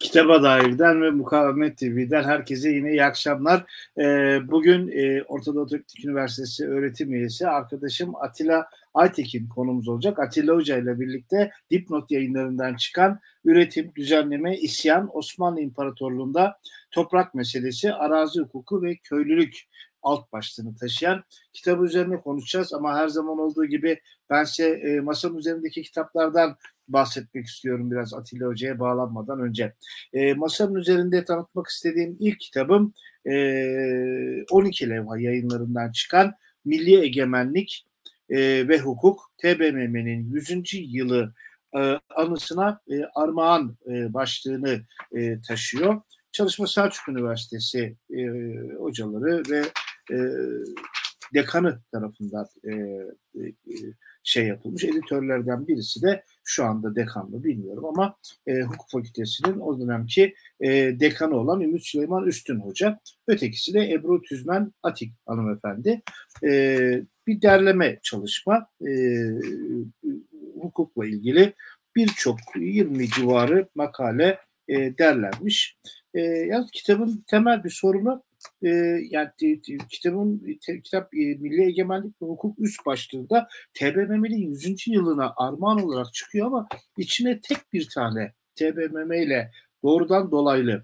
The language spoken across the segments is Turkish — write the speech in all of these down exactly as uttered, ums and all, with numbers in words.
Kitaba Dair'den ve Mukavemet T V'den herkese yine iyi akşamlar. Ee, bugün e, Orta Doğu Teknik Üniversitesi öğretim üyesi arkadaşım Atilla Aytekin konumuz olacak. Atilla Hoca ile birlikte Dipnot Yayınlarından çıkan Üretim, Düzenleme, İsyan, Osmanlı İmparatorluğu'nda Toprak Meselesi, Arazi Hukuku ve Köylülük alt başlığını taşıyan kitabı üzerine konuşacağız. Ama her zaman olduğu gibi ben size e, masanın üzerindeki kitaplardan bahsetmek istiyorum biraz Atilla Hoca'ya bağlanmadan önce. E, masanın üzerinde tanıtmak istediğim ilk kitabım e, on iki Levha Yayınlarından çıkan Milli Egemenlik e, ve Hukuk T B M M'nin yüzüncü yılı e, anısına e, armağan e, başlığını e, taşıyor. Çalışma Selçuk Üniversitesi e, hocaları ve e, dekanı tarafından e, e, şey yapılmış. Editörlerden birisi de şu anda dekan mı bilmiyorum ama e, hukuk fakültesinin o dönemki e, dekanı olan Ümit Süleyman Üstün Hoca. Ötekisi de Ebru Tüzmen Atik hanımefendi. E, bir derleme çalışma e, hukukla ilgili birçok yirmi civarı makale e, derlenmiş. E, yalnız kitabın temel bir sorunu e, yani te, te, kitabın te, kitap e, Milli Egemenlik ve Hukuk üst başlığında T B M M'nin yüzüncü yılına armağan olarak çıkıyor ama içine tek bir tane T B M M ile doğrudan dolaylı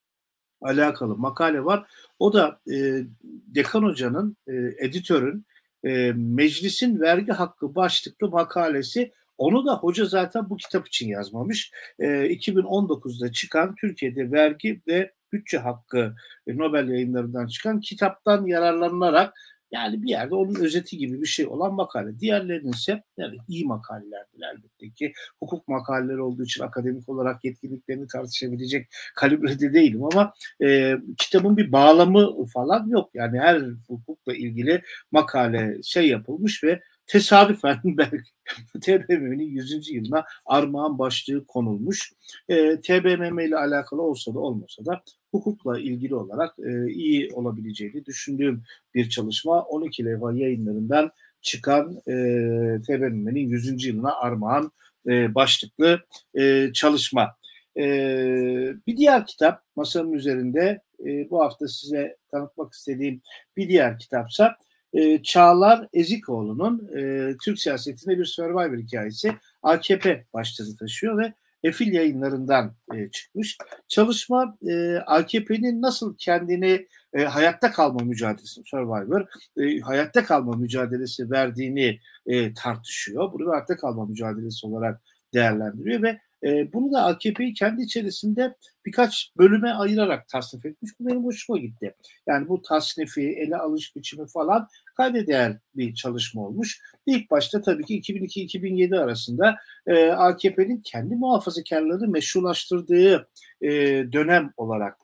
alakalı makale var. O da e, Dekan Hoca'nın, e, editörün e, Meclisin Vergi Hakkı başlıklı makalesi. Onu da hoca zaten bu kitap için yazmamış. E, iki bin on dokuzda çıkan Türkiye'de Vergi ve Bütçe Hakkı e, Nobel Yayınlarından çıkan kitaptan yararlanarak yani bir yerde onun özeti gibi bir şey olan makale. Diğerlerinin ise yani iyi makalelerdir elbette ki. Hukuk makaleleri olduğu için akademik olarak yetkinliklerini tartışabilecek kalibrede değilim ama e, kitabın bir bağlamı falan yok. Yani her hukukla ilgili makale şey yapılmış ve tesadüfen belki T B M M'nin yüzüncü yılına armağan başlığı konulmuş. E, T B M M ile alakalı olsa da olmasa da hukukla ilgili olarak e, iyi olabileceğini düşündüğüm bir çalışma. on iki Levha Yayınlarından çıkan e, T B M M'nin yüzüncü yılına armağan e, başlıklı e, çalışma. E, bir diğer kitap masanın üzerinde e, bu hafta size tanıtmak istediğim bir diğer kitapsa e, Çağlar Ezikoğlu'nun e, Türk siyasetinde bir Survivor hikayesi A K P başlığını taşıyor ve Efil Yayınlarından e, çıkmış. Çalışma e, A K P'nin nasıl kendini e, hayatta kalma mücadelesi, Survivor, e, hayatta kalma mücadelesi verdiğini e, tartışıyor. Bunu hayatta kalma mücadelesi olarak değerlendiriyor ve e, bunu da A K P'yi kendi içerisinde birkaç bölüme ayırarak tasnif etmiş. Bu benim hoşuma gitti. Yani bu tasnifi, ele alış biçimi falan kayda değer bir çalışma olmuş. İlk başta tabii ki iki bin iki iki bin yedi arasında e, A K P'nin kendi muhafazakarları meşrulaştırdığı e, dönem olarak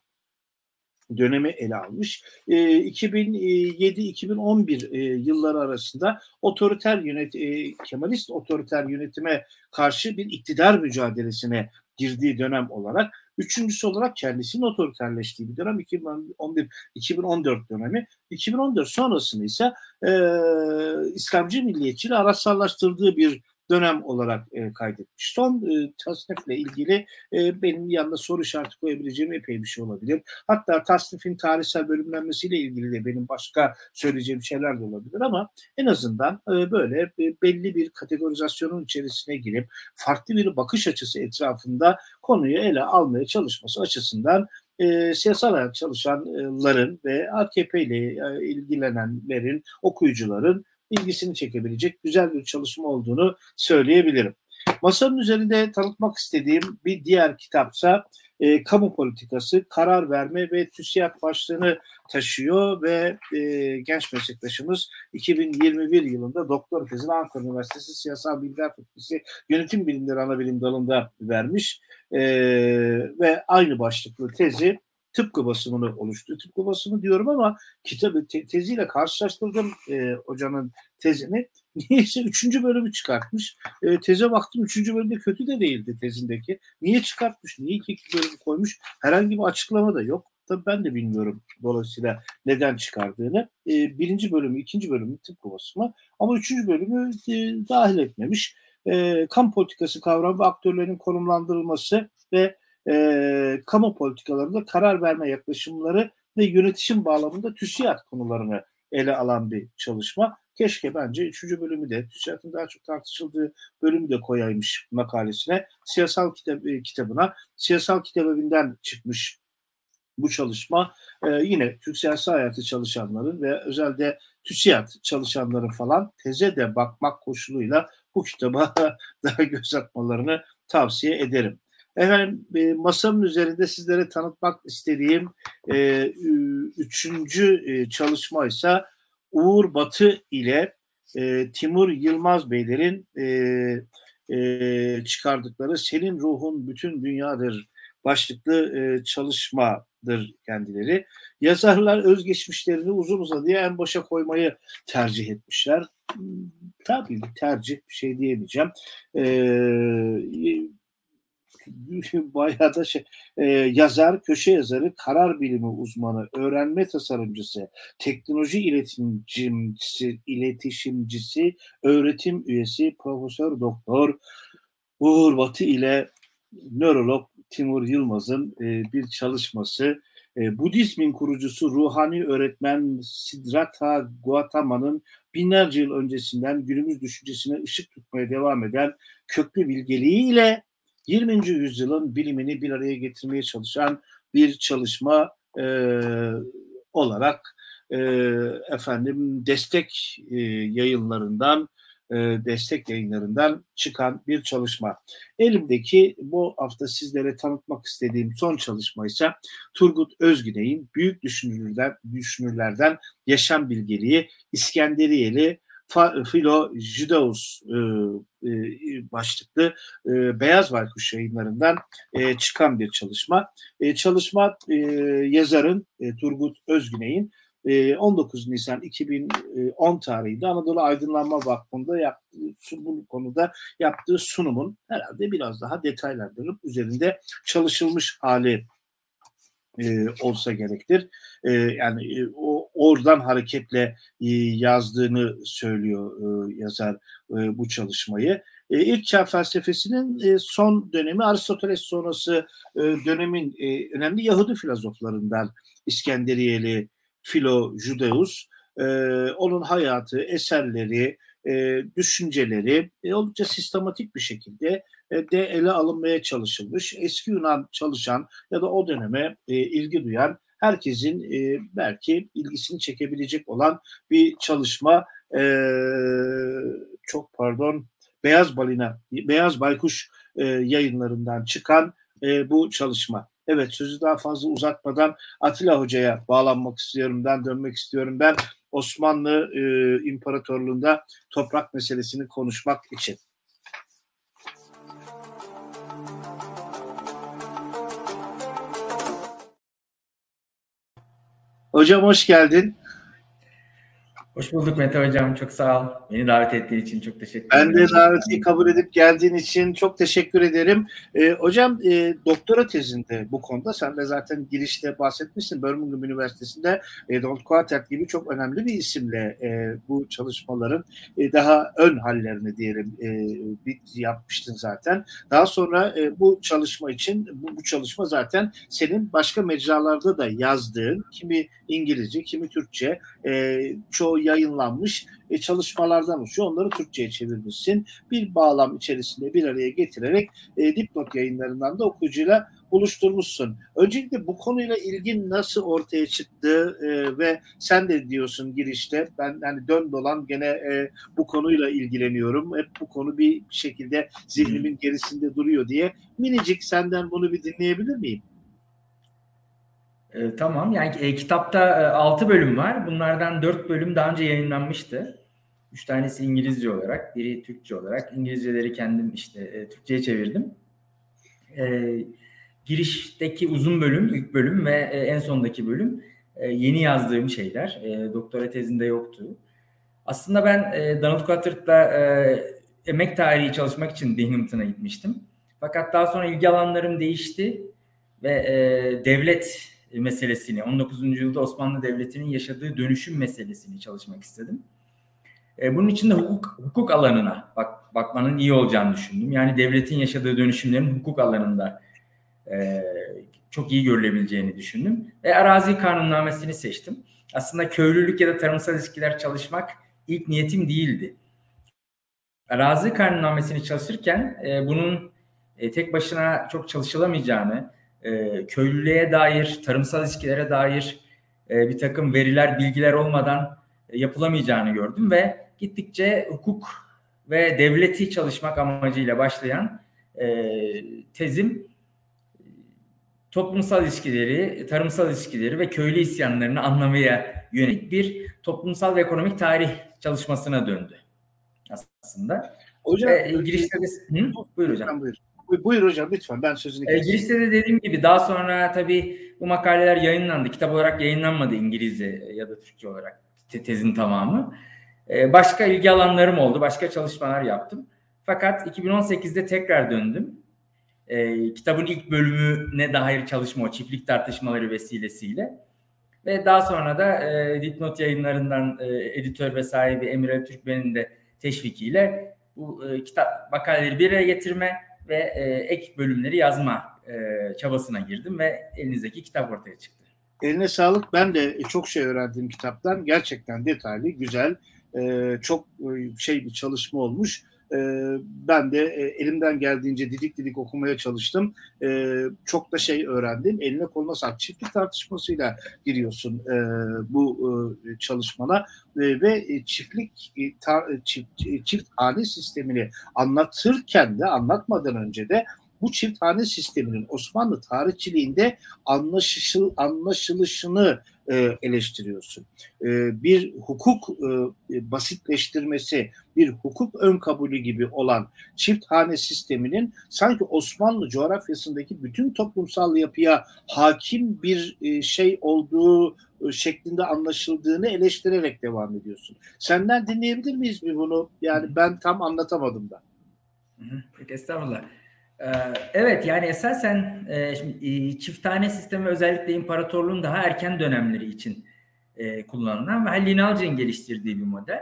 dönemi ele almış. E, iki bin yedi iki bin on bir e, yılları arasında otoriter yönet e, Kemalist otoriter yönetime karşı bir iktidar mücadelesine girdiği dönem olarak, üçüncüsü olarak kendisinin otoriterleştiği bir dönem iki bin on bir iki bin on dört dönemi. iki bin on dört sonrasını ise e, İslamcı milliyetçiliği araçsallaştırdığı bir dönem olarak e, kaydetmiş. Son e, tasnifle ilgili e, benim yanında soru işareti koyabileceğim epey bir şey olabilir. Hatta tasnifin tarihsel bölümlenmesiyle ilgili de benim başka söyleyeceğim şeyler de olabilir ama en azından e, böyle e, belli bir kategorizasyonun içerisine girip farklı bir bakış açısı etrafında konuyu ele almaya çalışması açısından e, siyasal hayat çalışanların ve A K P ile e, ilgilenenlerin, okuyucuların ilgisini çekebilecek güzel bir çalışma olduğunu söyleyebilirim. Masanın üzerinde tanıtmak istediğim bir diğer kitapsa e, Kamu Politikası, Karar Verme ve TÜSİAD başlığını taşıyor ve e, genç meslektaşımız iki bin yirmi bir yılında doktor tezini Ankara Üniversitesi Siyasal Bilgiler Fakültesi Yönetim Bilimleri Anabilim Dalı'nda vermiş e, ve aynı başlıklı tezi tıpkı basımını oluştu. Tıpkı basımı diyorum ama kitabı te- teziyle karşılaştırdım e, hocanın tezini. Niyeyse üçüncü bölümü çıkartmış. E, teze baktım üçüncü bölümde kötü de değildi tezindeki. Niye çıkartmış? Niye iki bölümü koymuş? Herhangi bir açıklama da yok. Tabii ben de bilmiyorum dolayısıyla neden çıkardığını. E, birinci bölümü, ikinci bölümü tıpkı basımı ama üçüncü bölümü e, dahil etmemiş. E, kamu politikası kavramı ve aktörlerin konumlandırılması ve e, kamu politikalarında karar verme yaklaşımları ve yönetişim bağlamında TÜSİAD konularını ele alan bir çalışma. Keşke bence üçüncü bölümü de, TÜSİAD'ın daha çok tartışıldığı bölümü de koyaymış makalesine, siyasal kitap, kitabına, siyasal kitap evinden çıkmış bu çalışma. Ee, yine Türk siyasi hayatı çalışanların ve özellikle TÜSİAD çalışanların falan teze de bakmak koşuluyla bu kitaba daha göz atmalarını tavsiye ederim. Efendim e, masamın üzerinde sizlere tanıtmak istediğim e, üçüncü e, çalışma ise Uğur Batı ile e, Timur Yılmaz Beylerin e, e, çıkardıkları Senin Ruhun Bütün Dünyadır başlıklı e, çalışmadır kendileri. Yazarlar özgeçmişlerini uzun uzadıya en başa koymayı tercih etmişler. Tabii bir tercih, bir şey diyemeyeceğim. Eee bayağı da şey, e, yazar, köşe yazarı, karar bilimi uzmanı, öğrenme tasarımcısı, teknoloji iletişimcisi, iletişimcisi, öğretim üyesi, profesör doktor Uğur Batı ile nörolog Timur Yılmaz'ın e, bir çalışması. E, Budizmin kurucusu ruhani öğretmen Siddhartha Gautama'nın binlerce yıl öncesinden günümüz düşüncesine ışık tutmaya devam eden köklü bilgeliğiyle yirminci yüzyılın bilimini bir araya getirmeye çalışan bir çalışma e, olarak e, efendim destek e, yayınlarından e, destek yayınlarından çıkan bir çalışma. Elimdeki bu hafta sizlere tanıtmak istediğim son çalışma ise Turgut Özgüney'in Büyük Düşünürlerden, Düşünürlerden Yaşam Bilgeliği, İskenderiyeli Philo Judaeus e, e, başlıklı e, Beyaz Baykuş yayınlarından e, çıkan bir çalışma. E, çalışma e, yazarın e, Turgut Özgüney'in e, on dokuz Nisan iki bin on tarihinde Anadolu Aydınlanma Vakfı'nda yaptığı, bu konuda yaptığı sunumun herhalde biraz daha detaylandırılıp üzerinde çalışılmış hali E, olsa gerektir. E, yani e, o oradan hareketle e, yazdığını söylüyor e, yazar e, bu çalışmayı. E, ilk çağ felsefesinin e, son dönemi Aristoteles sonrası e, dönemin e, önemli Yahudi filozoflarından İskenderiyeli Philo Judaeus, e, onun hayatı, eserleri, e, düşünceleri e, oldukça sistematik bir şekilde e, de ele alınmaya çalışılmış. Eski Yunan çalışan ya da o döneme e, ilgi duyan herkesin e, belki ilgisini çekebilecek olan bir çalışma. E, çok pardon, Beyaz Balina, Beyaz Baykuş e, yayınlarından çıkan e, bu çalışma. Evet, sözü daha fazla uzatmadan Atilla Hoca'ya bağlanmak istiyorum. Ben dönmek istiyorum. Ben Osmanlı e, İmparatorluğu'nda toprak meselesini konuşmak için. Hocam hoş geldin. Hoş bulduk Mete Hocam. Çok sağ ol. Beni davet ettiğin için çok teşekkür ederim. Ben de daveti kabul edip geldiğin için çok teşekkür ederim. E, hocam e, doktora tezinde bu konuda sen de zaten girişte bahsetmişsin. Birmingham Üniversitesi'nde e, Donald Quartet gibi çok önemli bir isimle e, bu çalışmaların e, daha ön hallerini diyelim e, bir yapmıştın zaten. Daha sonra e, bu çalışma için bu, bu çalışma zaten senin başka mecralarda da yazdığın, kimi İngilizce, kimi Türkçe, e, çoğu yayınlanmış e, çalışmalardan oluşuyor. Onları Türkçe'ye çevirmişsin. Bir bağlam içerisinde bir araya getirerek e, Dipnot yayınlarından da okuyucuyla buluşturmuşsun. Öncelikle bu konuyla ilgin nasıl ortaya çıktı e, ve sen de diyorsun girişte ben yani dön dolan gene e, bu konuyla ilgileniyorum. Hep bu konu bir şekilde zihnimin gerisinde duruyor diye. Minicik senden bunu bir dinleyebilir miyim? E, tamam. Yani e, kitapta e, altı bölüm var. Bunlardan dört bölüm daha önce yayınlanmıştı. Üç tanesi İngilizce olarak, biri Türkçe olarak. İngilizceleri kendim işte e, Türkçe'ye çevirdim. E, girişteki uzun bölüm, ilk bölüm ve e, en sondaki bölüm e, yeni yazdığım şeyler. E, doktora tezinde yoktu. Aslında ben e, Donald Quartet'ta e, emek tarihi çalışmak için Binghamton'a gitmiştim. Fakat daha sonra ilgi alanlarım değişti ve e, devlet meselesini, on dokuzuncu yüzyılda Osmanlı Devleti'nin yaşadığı dönüşüm meselesini çalışmak istedim. E, bunun için de hukuk, hukuk alanına bak, bakmanın iyi olacağını düşündüm. Yani devletin yaşadığı dönüşümlerin hukuk alanında e, çok iyi görülebileceğini düşündüm. Ve arazi kanunnamesini seçtim. Aslında köylülük ya da tarımsal ilişkiler çalışmak ilk niyetim değildi. Arazi kanunnamesini çalışırken e, bunun e, tek başına çok çalışılamayacağını, e, köylülüğe dair, tarımsal ilişkilere dair e, bir takım veriler, bilgiler olmadan e, yapılamayacağını gördüm ve gittikçe hukuk ve devleti çalışmak amacıyla başlayan e, tezim toplumsal ilişkileri, tarımsal ilişkileri ve köylü isyanlarını anlamaya yönelik bir toplumsal ve ekonomik tarih çalışmasına döndü aslında. Hocam, ve girişte de... Hı? Buyur hocam. Buyur. Buyur hocam lütfen, ben sözünü e, girişte de dediğim gibi daha sonra tabii bu makaleler yayınlandı. Kitap olarak yayınlanmadı İngilizce ya da Türkçe olarak te- tezin tamamı. E, başka ilgi alanlarım oldu. Başka çalışmalar yaptım. Fakat iki bin on sekizde tekrar döndüm. E, kitabın ilk bölümüne dair çalışma, o çiftlik tartışmaları vesilesiyle. Ve daha sonra da e, Dipnot Yayınları'ndan e, editör ve sahibi Emir Ali Türkmen'in de teşvikiyle bu e, kitap makaleleri bir araya getirme ve e, ek bölümleri yazma e, çabasına girdim ve elinizdeki kitap ortaya çıktı. Eline sağlık. Ben de çok şey öğrendim kitaptan. Gerçekten detaylı, güzel, e, çok şey bir çalışma olmuş. E, ben de e, elimden geldiğince didik didik okumaya çalıştım. E, çok da şey öğrendim. Eline koluna sağlık. Çiftlik tartışmasıyla giriyorsun e, bu e, çalışmana e, ve çiftlik e, tar, çift, çift hane sistemini anlatırken de, anlatmadan önce de bu çift hane sisteminin Osmanlı tarihçiliğinde anlaşışıl, anlaşılışını e, eleştiriyorsun. E, bir hukuk e, basitleştirmesi, bir hukuk ön kabulü gibi olan çift hane sisteminin sanki Osmanlı coğrafyasındaki bütün toplumsal yapıya hakim bir e, şey olduğu e, şeklinde anlaşıldığını eleştirerek devam ediyorsun. Senden dinleyebilir miyiz mi bunu? Yani ben tam anlatamadım da. Peki, estağfurullah. Evet, yani esasen çift tane sistemi özellikle imparatorluğun daha erken dönemleri için kullanılan ve Halil İnalcık'ın geliştirdiği bir model.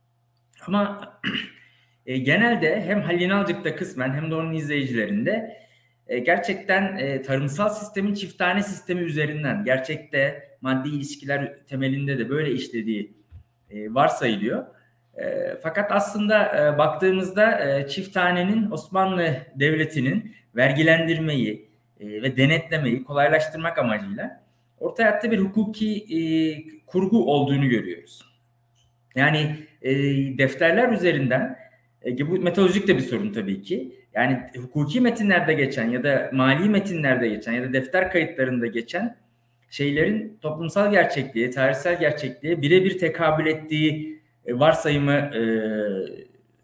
Ama genelde hem Halil İnalcık'ta kısmen hem de onun izleyicilerinde gerçekten tarımsal sistemin çift tane sistemi üzerinden gerçekte maddi ilişkiler temelinde de böyle işlediği varsayılıyor. E, fakat aslında e, baktığımızda e, çift tanenin Osmanlı Devleti'nin vergilendirmeyi e, ve denetlemeyi kolaylaştırmak amacıyla ortaya attığı bir hukuki e, kurgu olduğunu görüyoruz. Yani e, defterler üzerinden, e, bu metodolojik de bir sorun tabii ki. Yani hukuki metinlerde geçen ya da mali metinlerde geçen ya da defter kayıtlarında geçen şeylerin toplumsal gerçekliğe, tarihsel gerçekliğe birebir tekabül ettiği varsayımının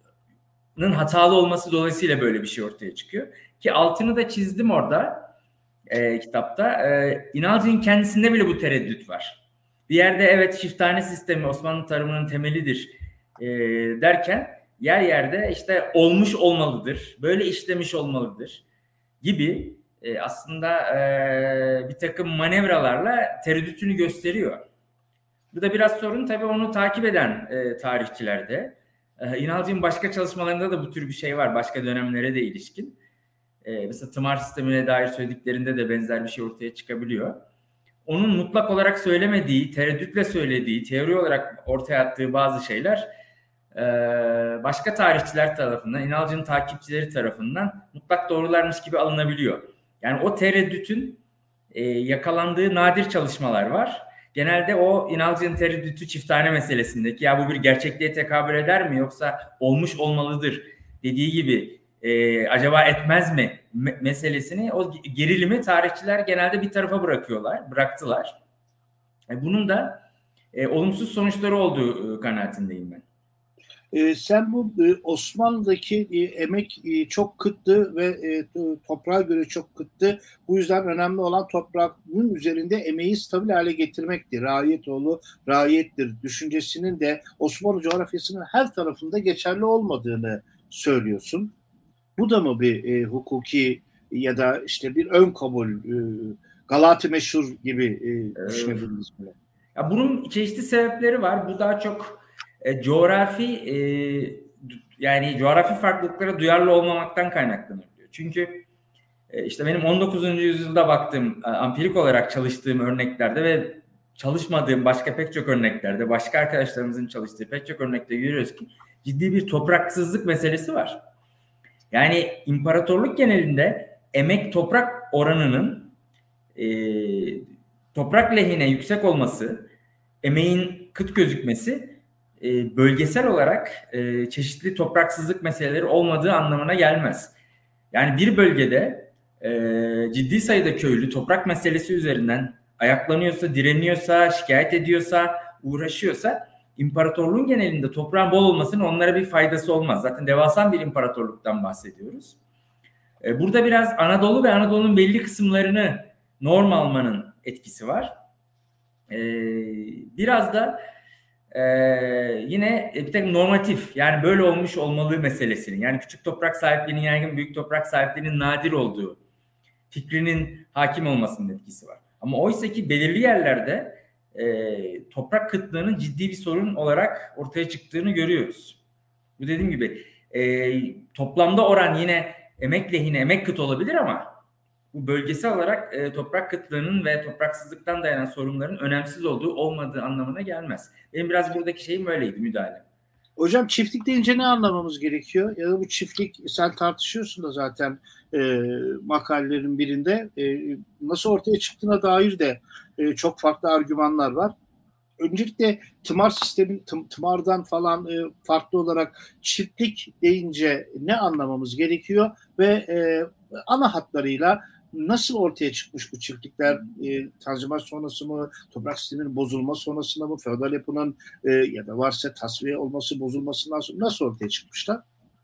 hatalı olması dolayısıyla böyle bir şey ortaya çıkıyor. Ki altını da çizdim orada e, kitapta. E, İnalcık'ın kendisinde bile bu tereddüt var. Bir yerde evet çift tane sistemi Osmanlı tarımının temelidir e, derken yer yerde işte olmuş olmalıdır, böyle işlemiş olmalıdır gibi e, aslında e, bir takım manevralarla tereddütünü gösteriyor. Bu da biraz sorun tabii onu takip eden e, tarihçilerde. E, İnalcık'ın başka çalışmalarında da bu tür bir şey var. Başka dönemlere de ilişkin. E, mesela tımar sistemine dair söylediklerinde de benzer bir şey ortaya çıkabiliyor. Onun mutlak olarak söylemediği, tereddütle söylediği, teori olarak ortaya attığı bazı şeyler e, başka tarihçiler tarafından, İnalcık'ın takipçileri tarafından mutlak doğrularmış gibi alınabiliyor. Yani o tereddütün e, yakalandığı nadir çalışmalar var. Genelde o İnalcık'ın tereddütü çiftane meselesindeki ya bu bir gerçekliğe tekabül eder mi yoksa olmuş olmalıdır dediği gibi e, acaba etmez mi me- meselesini, o gerilimi tarihçiler genelde bir tarafa bırakıyorlar, bıraktılar. E, bunun da e, olumsuz sonuçları olduğu e, kanaatindeyim ben. E, sen bu e, Osmanlı'daki e, emek e, çok kıttı ve e, toprağa göre çok kıttı. Bu yüzden önemli olan toprağın üzerinde emeği stabil hale getirmektir. Raiyetoğlu raiyettir düşüncesinin de Osmanlı coğrafyasının her tarafında geçerli olmadığını söylüyorsun. Bu da mı bir e, hukuki ya da işte bir ön kabul, e, Galati Meşhur gibi e, düşünebiliriz mi? Ya bunun çeşitli sebepleri var. Bu daha çok e, coğrafi e, yani coğrafi farklılıklara duyarlı olmamaktan kaynaklanıyor. Çünkü İşte benim on dokuzuncu yüzyılda baktığım, ampirik olarak çalıştığım örneklerde ve çalışmadığım başka pek çok örneklerde, başka arkadaşlarımızın çalıştığı pek çok örnekte görüyoruz ki ciddi bir topraksızlık meselesi var. Yani imparatorluk genelinde emek toprak oranının e, toprak lehine yüksek olması, emeğin kıt gözükmesi e, bölgesel olarak e, çeşitli topraksızlık meseleleri olmadığı anlamına gelmez. Yani bir bölgede e, ciddi sayıda köylü toprak meselesi üzerinden ayaklanıyorsa, direniyorsa, şikayet ediyorsa, uğraşıyorsa imparatorluğun genelinde toprağın bol olmasının onlara bir faydası olmaz. Zaten devasa bir imparatorluktan bahsediyoruz. E, burada biraz Anadolu ve Anadolu'nun belli kısımlarını norm almanın etkisi var. E, biraz da e, yine bir tek normatif, yani böyle olmuş olmalı meselesinin, yani küçük toprak sahipliğinin yaygın, büyük toprak sahipliğinin nadir olduğu fikrinin hakim olmasının etkisi var. Ama oysa ki belirli yerlerde e, toprak kıtlığının ciddi bir sorun olarak ortaya çıktığını görüyoruz. Bu dediğim gibi e, toplamda oran yine emek lehine, emek kıt olabilir ama bu bölgesel olarak e, toprak kıtlığının ve topraksızlıktan dayanan sorunların önemsiz olduğu, olmadığı anlamına gelmez. Benim biraz buradaki şeyim öyleydi, müdahale. Hocam çiftlik deyince ne anlamamız gerekiyor? Ya da bu çiftlik, sen tartışıyorsun da zaten e, makalelerin birinde e, nasıl ortaya çıktığına dair de e, çok farklı argümanlar var. Öncelikle tımar sistemin tım, tımardan falan e, farklı olarak çiftlik deyince ne anlamamız gerekiyor ve e, ana hatlarıyla nasıl ortaya çıkmış bu çiftlikler? E, Tanzimat sonrası mı, toprak sisteminin bozulma sonrasında mı, feodal yapının e, ya da varsa tasfiye olması, bozulmasından sonra nasıl ortaya çıkmışlar?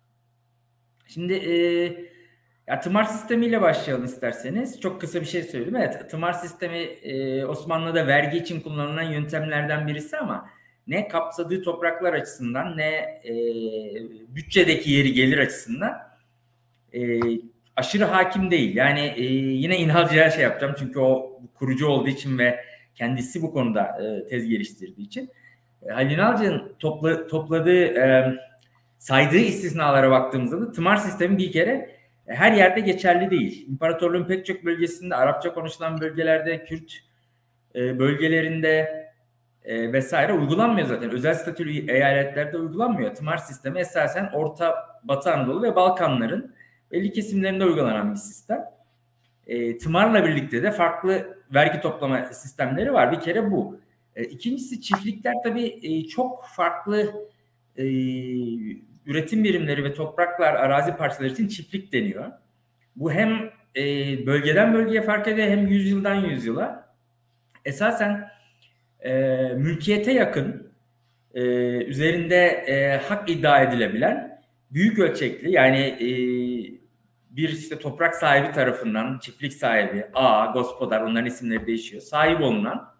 Şimdi e, ya tımar sistemiyle başlayalım isterseniz. Çok kısa bir şey söyleyeyim. Evet, tımar sistemi e, Osmanlı'da vergi için kullanılan yöntemlerden birisi ama ne kapsadığı topraklar açısından ne e, bütçedeki yeri gelir açısından e, aşırı hakim değil. Yani e, yine İnalcı'ya şey yapacağım çünkü o kurucu olduğu için ve kendisi bu konuda e, tez geliştirdiği için. E, Halil İnalcı'nın topla, topladığı, e, saydığı istisnalara baktığımızda da tımar sistemi bir kere e, her yerde geçerli değil. İmparatorluğun pek çok bölgesinde, Arapça konuşulan bölgelerde, Kürt e, bölgelerinde e, vesaire uygulanmıyor zaten. Özel statülü eyaletlerde uygulanmıyor. Tımar sistemi esasen Orta Batı Anadolu ve Balkanların belli kesimlerinde uygulanan bir sistem. E, tımarla birlikte de farklı vergi toplama sistemleri var. Bir kere bu. E, ikincisi çiftlikler tabii e, çok farklı e, üretim birimleri ve topraklar, arazi parçaları için çiftlik deniyor. Bu hem e, bölgeden bölgeye fark ediyor hem yüzyıldan yüzyıla. Esasen e, mülkiyete yakın, e, üzerinde e, hak iddia edilebilen büyük ölçekli, yani e, bir işte toprak sahibi tarafından, çiftlik sahibi, ağa, gospodar, onların isimleri değişiyor, sahip olunan,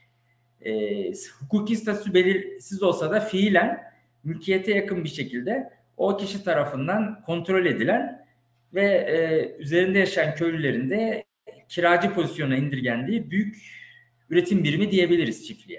e, hukuki statüsü belirsiz olsa da fiilen mülkiyete yakın bir şekilde o kişi tarafından kontrol edilen ve e, üzerinde yaşayan köylülerin de kiracı pozisyona indirgendiği büyük üretim birimi diyebiliriz çiftliğe.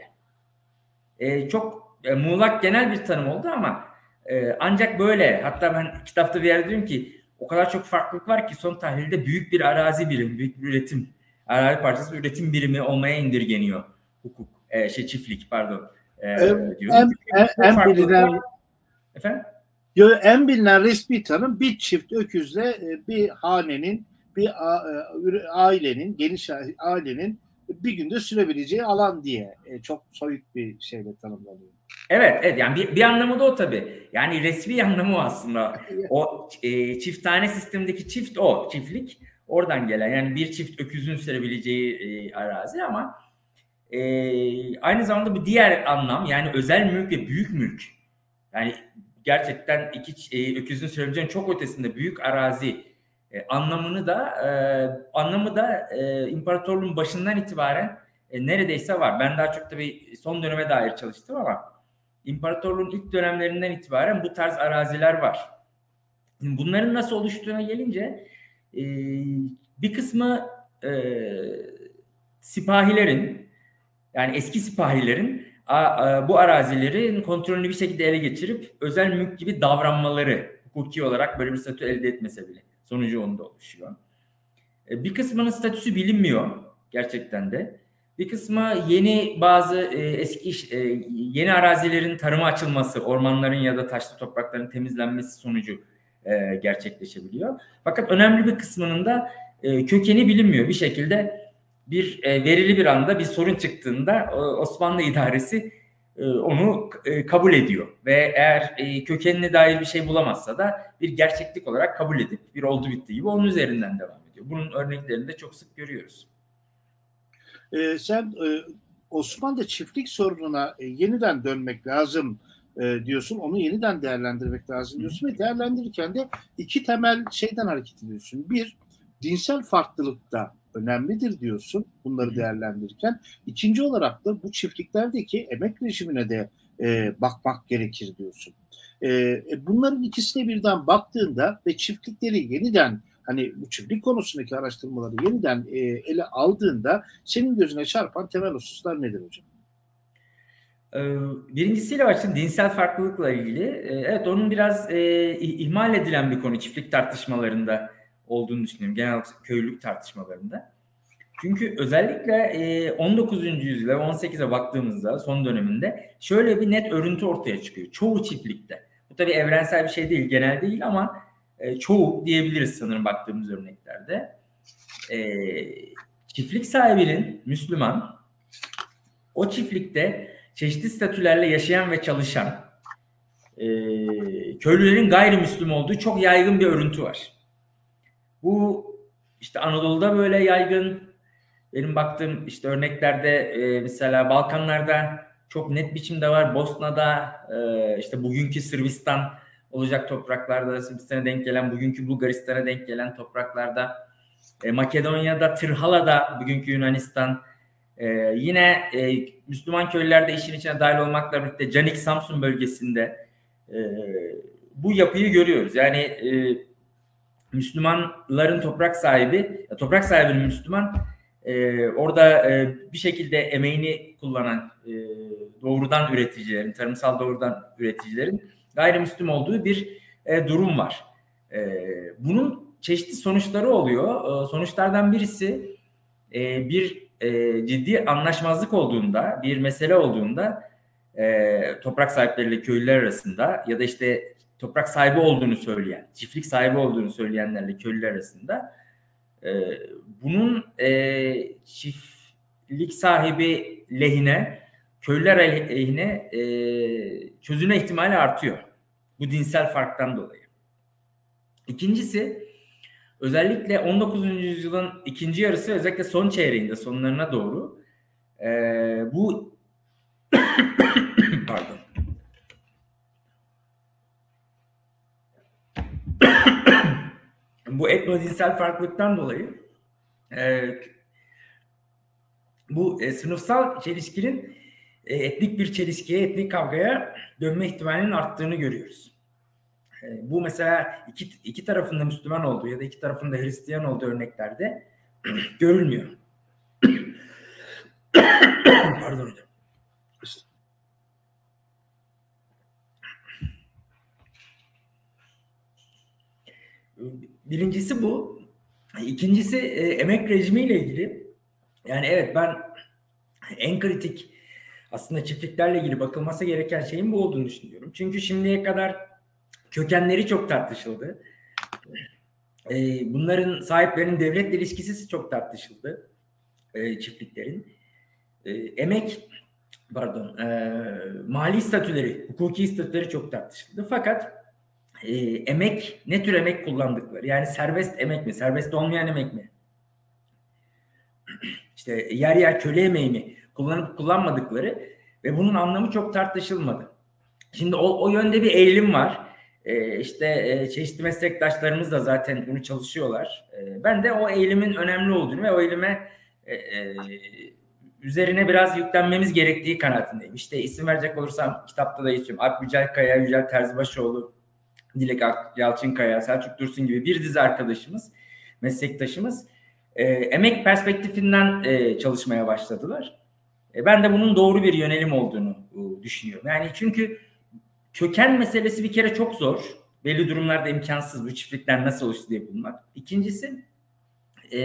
E, çok e, muğlak genel bir tanım oldu ama e, ancak böyle, hatta ben kitapta bir yerde diyorum ki o kadar çok farklılık var ki son tahlilde büyük bir arazi birimi, büyük bir üretim, arazi parçası üretim birimi olmaya indirgeniyor hukuk, e, şey çiftlik pardon e, en, diyorum. En, en bilinen, efendim? En bilinen resmi tanım bir çift öküzle bir hanenin, bir ailenin, geniş ailenin bir günde sürebileceği alan diye çok soyut bir şeyle tanımlanıyor. Evet, evet, yani bir, bir anlamı da o tabii. Yani resmi anlamı o aslında. O e, çiftane sistemindeki çift o, çiftlik. Oradan gelen, yani bir çift öküzün sürebileceği e, arazi ama e, aynı zamanda bu diğer anlam, yani özel mülk ve büyük mülk. Yani gerçekten iki e, öküzün sürebileceğinin çok ötesinde büyük arazi e, anlamını da e, anlamı da e, imparatorluğun başından itibaren e, neredeyse var. Ben daha çok tabii son döneme dair çalıştım ama İmparatorluğun ilk dönemlerinden itibaren bu tarz araziler var. Şimdi bunların nasıl oluştuğuna gelince e, bir kısmı e, sipahilerin, yani eski sipahilerin a, a, bu arazilerin kontrolünü bir şekilde ele geçirip özel mülk gibi davranmaları, hukuki olarak böyle bir statü elde etmese bile sonucu onda oluşuyor. E, bir kısmının statüsü bilinmiyor gerçekten de. Bir kısmı yeni bazı e, eski e, yeni arazilerin tarıma açılması, ormanların ya da taşlı toprakların temizlenmesi sonucu e, gerçekleşebiliyor. Fakat önemli bir kısmının da e, kökeni bilinmiyor. Bir şekilde bir e, verili bir anda bir sorun çıktığında e, Osmanlı idaresi e, onu e, kabul ediyor ve eğer e, kökenine dair bir şey bulamazsa da bir gerçeklik olarak kabul edip bir oldu bitti gibi onun üzerinden devam ediyor. Bunun örneklerini de çok sık görüyoruz. Ee, sen e, Osmanlı çiftlik sorununa e, yeniden dönmek lazım e, diyorsun. Onu yeniden değerlendirmek lazım diyorsun. Hı. Ve değerlendirirken de iki temel şeyden hareket ediyorsun. Bir, dinsel farklılık da önemlidir diyorsun bunları Hı. değerlendirirken. İkinci olarak da bu çiftliklerdeki emek rejimine de e, bakmak gerekir diyorsun. E, bunların ikisine birden baktığında ve çiftlikleri yeniden, hani bu çiftlik konusundaki araştırmaları yeniden e, ele aldığında senin gözüne çarpan temel hususlar nedir hocam? Birincisiyle başlayayım, dinsel farklılıkla ilgili. Evet, onun biraz e, ihmal edilen bir konu çiftlik tartışmalarında olduğunu düşünüyorum. Genel köylülük tartışmalarında. Çünkü özellikle e, on dokuzuncu yüzyıla, on sekize baktığımızda son döneminde şöyle bir net örüntü ortaya çıkıyor. Çoğu çiftlikte. Bu tabii evrensel bir şey değil, genel değil ama e, çoğu diyebiliriz sanırım baktığımız örneklerde. E, çiftlik sahibinin Müslüman, o çiftlikte çeşitli statülerle yaşayan ve çalışan e, köylülerin gayrimüslim olduğu çok yaygın bir örüntü var. Bu işte Anadolu'da böyle yaygın. Benim baktığım işte örneklerde e, mesela Balkanlarda çok net biçimde var. Bosna'da, e, işte bugünkü Sırbistan olacak topraklarda, Sırbistan'a denk gelen, bugünkü Bulgaristan'a denk gelen topraklarda, e, Makedonya'da, Tırhala'da, bugünkü Yunanistan, e, yine e, Müslüman köylülerde işin içine dahil olmakla birlikte Canik Samsun bölgesinde e, bu yapıyı görüyoruz. Yani e, Müslümanların toprak sahibi, toprak sahibinin Müslüman, Ee, orada e, bir şekilde emeğini kullanan e, doğrudan üreticilerin, tarımsal doğrudan üreticilerin gayrimüslim olduğu bir e, durum var. E, bunun çeşitli sonuçları oluyor. E, sonuçlardan birisi e, bir e, ciddi anlaşmazlık olduğunda, bir mesele olduğunda e, toprak sahipleriyle köylüler arasında ya da işte toprak sahibi olduğunu söyleyen, çiftlik sahibi olduğunu söyleyenlerle köylüler arasında Ee, bunun e, çiftlik sahibi lehine, köylüler lehine e, çözülme ihtimali artıyor. Bu dinsel farktan dolayı. İkincisi, özellikle on dokuzuncu yüzyılın ikinci yarısı, özellikle son çeyreğinde, sonlarına doğru e, bu pardon bu etnodinsel farklılıktan dolayı e, bu e, sınıfsal çelişkinin e, etnik bir çelişkiye, etnik kavgaya dönme ihtimalinin arttığını görüyoruz. E, bu mesela iki, iki tarafında Müslüman olduğu ya da iki tarafında Hristiyan olduğu örneklerde görülmüyor. Pardon hocam. Birincisi bu. İkincisi e, emek rejimiyle ilgili. Yani evet, ben en kritik aslında çiftliklerle ilgili bakılması gereken şeyin bu olduğunu düşünüyorum. Çünkü şimdiye kadar kökenleri çok tartışıldı. E, bunların sahiplerinin devletle ilişkisi çok tartışıldı. E, çiftliklerin. E, emek, pardon, e, mali statüleri, hukuki statüleri çok tartışıldı. Fakat e, emek, ne tür emek kullandıkları, yani serbest emek mi, serbest olmayan emek mi? İşte yer yer köle emeği mi kullanıp kullanmadıkları ve bunun anlamı çok tartışılmadı. Şimdi o, o yönde bir eğilim var. Ee, işte e, çeşitli meslektaşlarımız da zaten bunu çalışıyorlar. Ee, ben de o eğilimin önemli olduğunu ve o eğilime e, e, üzerine biraz yüklenmemiz gerektiği kanaatindeyim. İşte isim verecek olursam kitapta da geçiyorum. Alp Yücel Kaya, Yücel Terzibaşoğlu, Dilek Yalçınkaya, Selçuk Dursun gibi bir dizi arkadaşımız, meslektaşımız e, emek perspektifinden e, çalışmaya başladılar. E, ben de bunun doğru bir yönelim olduğunu e, düşünüyorum. Yani çünkü köken meselesi bir kere çok zor. Belli durumlarda imkansız bu çiftlikler nasıl oluştu diye bulmak. İkincisi e,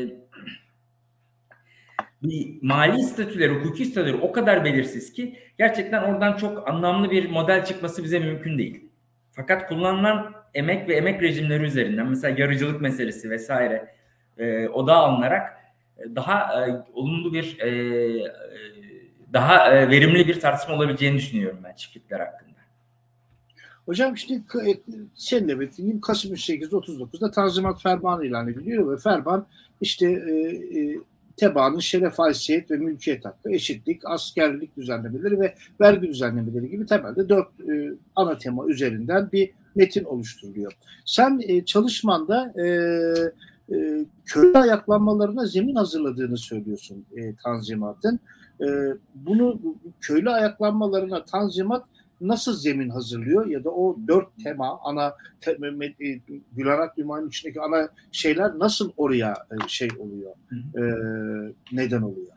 bir mali statüleri, hukuki statüleri o kadar belirsiz ki gerçekten oradan çok anlamlı bir model çıkması bize mümkün değil. Fakat kullanılan emek ve emek rejimleri üzerinden mesela yarıcılık meselesi vesaire e, odağa alınarak daha e, olumlu bir e, daha e, verimli bir tartışma olabileceğini düşünüyorum ben çiftlikler hakkında. Hocam işte seninle beklediğim Kasım sekiz bin otuz dokuzda Tanzimat Fermanı ilan ediliyor ve ferman işte e, e, tebaanın şeref, haysiyet ve mülkiyet hakkı, eşitlik, askerlik düzenlemeleri ve vergi düzenlemeleri gibi temelde dört e, ana tema üzerinden bir metin oluşturuluyor. Sen e, çalışmanda e, e, köylü ayaklanmalarına zemin hazırladığını söylüyorsun e, Tanzimat'ın. E, bunu köylü ayaklanmalarına Tanzimat nasıl zemin hazırlıyor ya da o dört tema ana te, e, Gülhanat Ümani'nin içindeki ana şeyler nasıl oraya e, şey oluyor, e, neden oluyor?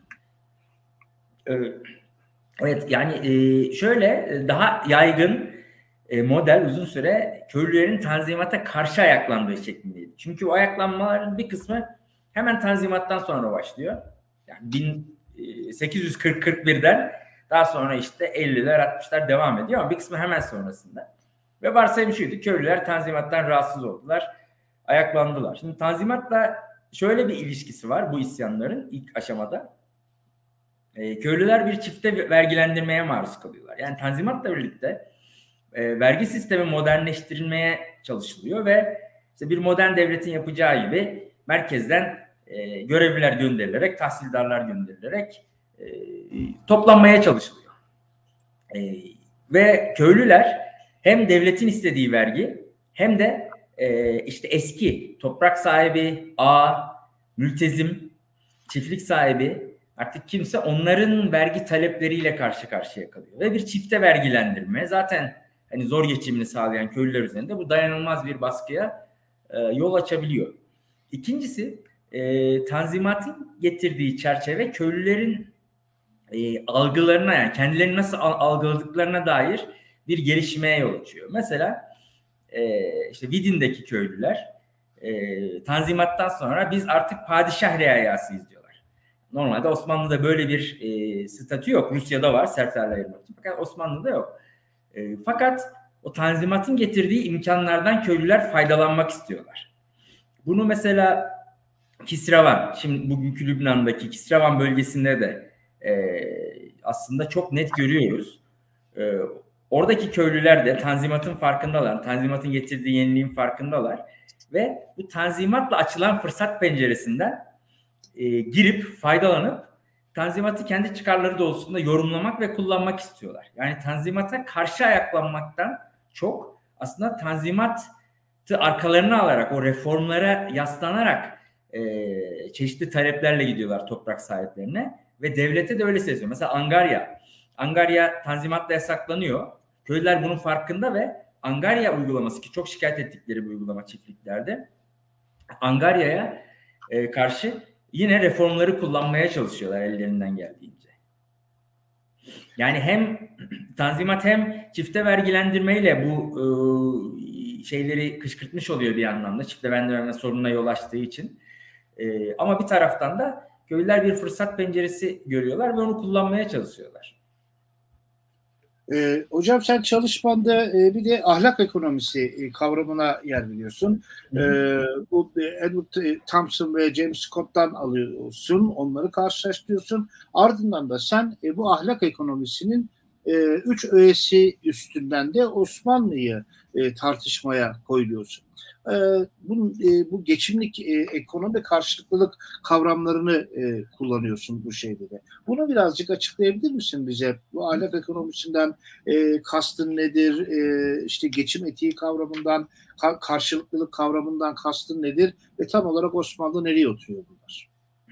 Evet, yani e, şöyle daha yaygın e, model uzun süre köylülerin Tanzimat'a karşı ayaklandığı şeklindeydi. Çünkü o ayaklanmaların bir kısmı hemen Tanzimat'tan sonra başlıyor. Yani bin sekiz yüz kırk kırk birden daha sonra işte elliler altmışlar devam ediyor ama bir kısmı hemen sonrasında. Ve varsayım şuydu, köylüler Tanzimat'tan rahatsız oldular, ayaklandılar. Şimdi Tanzimat'la şöyle bir ilişkisi var bu isyanların ilk aşamada. E, köylüler bir çifte vergilendirmeye maruz kalıyorlar. Yani Tanzimat'la birlikte e, vergi sistemi modernleştirilmeye çalışılıyor ve işte bir modern devletin yapacağı gibi merkezden e, görevliler gönderilerek, tahsildarlar gönderilerek e, toplanmaya çalışılıyor. E, ve köylüler hem devletin istediği vergi hem de e, işte eski toprak sahibi, ağa, mültezim, çiftlik sahibi artık kimse onların vergi talepleriyle karşı karşıya kalıyor. Ve bir çifte vergilendirme zaten hani zor geçimini sağlayan köylüler üzerinde bu dayanılmaz bir baskıya e, yol açabiliyor. İkincisi e, Tanzimat'ın getirdiği çerçeve köylülerin e, algılarına yani kendilerini nasıl algıladıklarına dair bir gelişmeye yol açıyor. Mesela e, işte Vidin'deki köylüler e, Tanzimat'tan sonra biz artık padişah reayasıyız diyorlar. Normalde Osmanlı'da böyle bir e, statü yok. Rusya'da var serflerle ayırmak için. Fakat Osmanlı'da yok. E, fakat o Tanzimat'ın getirdiği imkanlardan köylüler faydalanmak istiyorlar. Bunu mesela Kisravan, şimdi bugünkü Lübnan'daki Kisravan bölgesinde de e, aslında çok net görüyoruz. E, oradaki köylüler de Tanzimat'ın farkındalar. Tanzimat'ın getirdiği yeniliğin farkındalar. Ve bu Tanzimat'la açılan fırsat penceresinden e, girip faydalanıp Tanzimat'ı kendi çıkarları doğrultusunda yorumlamak ve kullanmak istiyorlar. Yani Tanzimat'a karşı ayaklanmaktan çok aslında Tanzimat'ı arkalarına alarak o reformlara yaslanarak e, çeşitli taleplerle gidiyorlar toprak sahiplerine ve devlete de öyle seziyor. Mesela Angarya. Angarya Tanzimat'la yasaklanıyor. Köylüler bunun farkında ve Angarya uygulaması ki çok şikayet ettikleri bir uygulama çiftliklerde. Angarya'ya e, karşı yine reformları kullanmaya çalışıyorlar ellerinden geldiğince. Yani hem Tanzimat hem çifte vergilendirmeyle bu e, şeyleri kışkırtmış oluyor bir anlamda. Çifte vergilendirme sorununa yol açtığı için. E, ama bir taraftan da köylüler bir fırsat penceresi görüyorlar ve onu kullanmaya çalışıyorlar. E, hocam sen çalışmanda e, bir de ahlak ekonomisi e, kavramına yer veriyorsun. E, bu Edward Thompson ve James Scott'tan alıyorsun, onları karşılaştırıyorsun. Ardından da sen e, bu ahlak ekonomisinin e, üç öğesi üstünden de Osmanlı'yı e, tartışmaya koyuyorsun. E, bu, e, bu geçimlik e, ekonomi karşılıklılık kavramlarını e, kullanıyorsun bu şeyde de. Bunu birazcık açıklayabilir misin bize? Bu ahlak ekonomisinden e, kastın nedir? E, işte geçim etiği kavramından, ka- karşılıklılık kavramından kastın nedir? Ve tam olarak Osmanlı nereye oturuyor bunlar?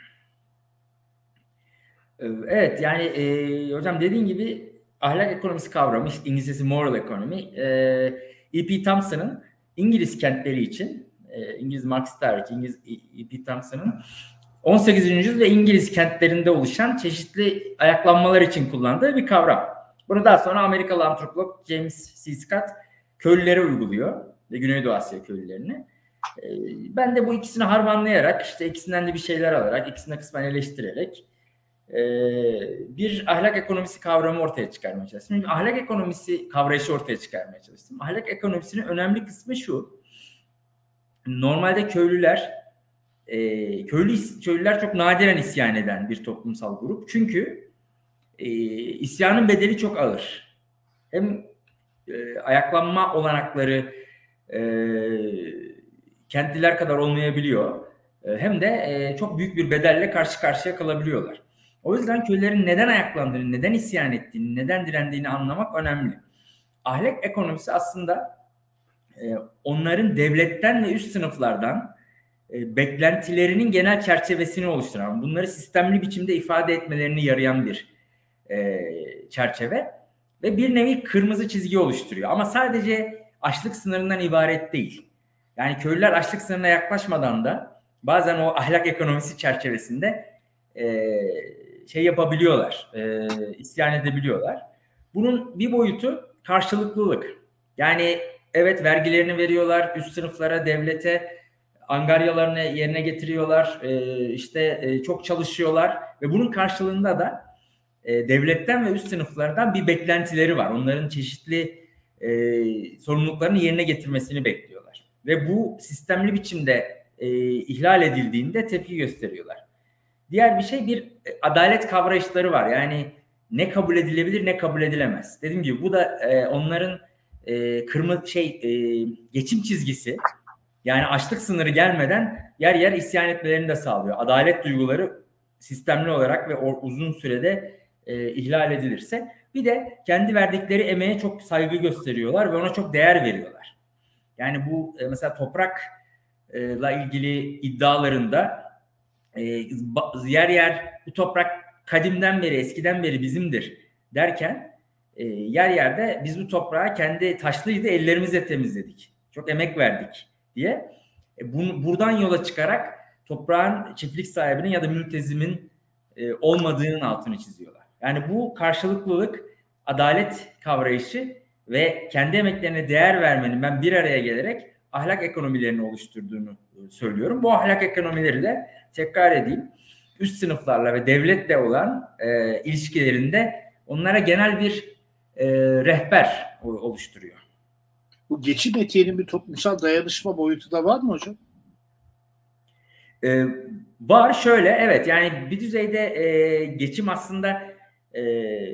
Evet, yani e, hocam dediğin gibi ahlak ekonomisi kavramı, işte İngilizcesi moral economy, e, E P Thompson'ın İngiliz kentleri için, e, İngiliz Marksist tarihçi İngiliz E P Thompson'ın on sekizinci yüzyıl ve İngiliz kentlerinde oluşan çeşitli ayaklanmalar için kullandığı bir kavram. Bunu daha sonra Amerikalı antropolog James C. Scott köylülere uyguluyor ve Güneydoğu Asya köylülerine. E, ben de bu ikisini harmanlayarak, işte ikisinden de bir şeyler alarak, ikisini kısmen eleştirerek e, bir ahlak ekonomisi kavramı ortaya çıkarmaya çalıştım. Şimdi ahlak ekonomisi kavrayışı ortaya çıkarmaya çalıştım. Ahlak ekonomisinin önemli kısmı şu: normalde köylüler, e, köylü köylüler çok nadiren isyan eden bir toplumsal grup. Çünkü e, isyanın bedeli çok ağır. Hem e, ayaklanma olanakları e, kentliler kadar olmayabiliyor. E, hem de e, çok büyük bir bedelle karşı karşıya kalabiliyorlar. O yüzden köylülerin neden ayaklandığını, neden isyan ettiğini, neden direndiğini anlamak önemli. Ahlak ekonomisi aslında e, onların devletten ve üst sınıflardan e, beklentilerinin genel çerçevesini oluşturan, bunları sistemli biçimde ifade etmelerini yarayan bir e, çerçeve ve bir nevi kırmızı çizgi oluşturuyor. Ama sadece açlık sınırından ibaret değil. Yani köylüler açlık sınırına yaklaşmadan da bazen o ahlak ekonomisi çerçevesinde e, şey yapabiliyorlar, e, isyan edebiliyorlar. Bunun bir boyutu karşılıklılık. Yani evet, vergilerini veriyorlar üst sınıflara, devlete, angaryalarını yerine getiriyorlar, e, işte e, çok çalışıyorlar ve bunun karşılığında da e, devletten ve üst sınıflardan bir beklentileri var. Onların çeşitli e, sorumluluklarını yerine getirmesini bekliyorlar. Ve bu sistemli biçimde e, ihlal edildiğinde tepki gösteriyorlar. Diğer bir şey, bir e, adalet kavrayışları var. Yani ne kabul edilebilir, ne kabul edilemez. Dediğim gibi bu da e, onların e, kırmızı şey e, geçim çizgisi. Yani açlık sınırı gelmeden yer yer isyan etmelerini de sağlıyor. Adalet duyguları sistemli olarak ve uzun sürede e, ihlal edilirse. Bir de kendi verdikleri emeğe çok saygı gösteriyorlar ve ona çok değer veriyorlar. Yani bu e, mesela toprakla ilgili iddialarında e, yer yer bu toprak kadimden beri, eskiden beri bizimdir derken e, yer yerde biz bu toprağı kendi taşlıydı, ellerimizle temizledik. Çok emek verdik diye. E, bunu, buradan yola çıkarak toprağın çiftlik sahibinin ya da mültezimin e, olmadığının altını çiziyorlar. Yani bu karşılıklılık, adalet kavrayışı ve kendi emeklerine değer vermenin ben bir araya gelerek ahlak ekonomilerini oluşturduğunu söylüyorum. Bu ahlak ekonomileri de tekrar edeyim, üst sınıflarla ve devletle olan e, ilişkilerinde onlara genel bir e, rehber oluşturuyor. Bu geçim etiğinin bir toplumsal dayanışma boyutu da var mı hocam? Ee, var şöyle, evet, yani bir düzeyde e, geçim aslında e,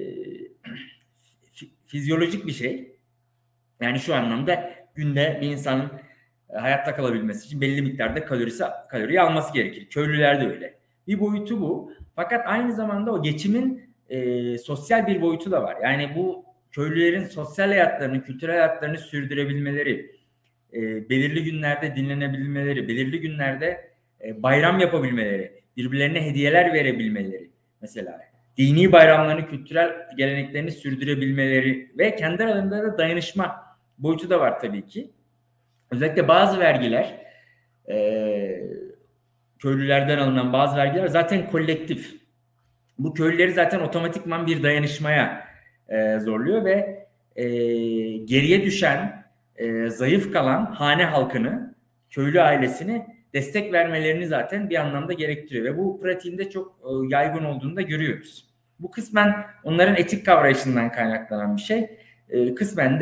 fizyolojik bir şey. Yani şu anlamda günde bir insanın e, hayatta kalabilmesi için belli miktarda kalorisi kaloriyi alması gerekir. Köylüler de öyle. Bir boyutu bu. Fakat aynı zamanda o geçimin e, sosyal bir boyutu da var. Yani bu köylülerin sosyal hayatlarını, kültürel hayatlarını sürdürebilmeleri, e, belirli günlerde dinlenebilmeleri, belirli günlerde e, bayram yapabilmeleri, birbirlerine hediyeler verebilmeleri mesela, dini bayramlarını, kültürel geleneklerini sürdürebilmeleri ve kendi aralarında da dayanışma boyutu da var tabii ki. Özellikle bazı vergiler, e, köylülerden alınan bazı vergiler zaten kolektif. Bu köylüleri zaten otomatikman bir dayanışmaya e, zorluyor ve e, geriye düşen, e, zayıf kalan hane halkını, köylü ailesini destek vermelerini zaten bir anlamda gerektiriyor ve bu pratiğinde çok e, yaygın olduğunu da görüyoruz. Bu kısmen onların etik kavrayışından kaynaklanan bir şey. E, kısmen de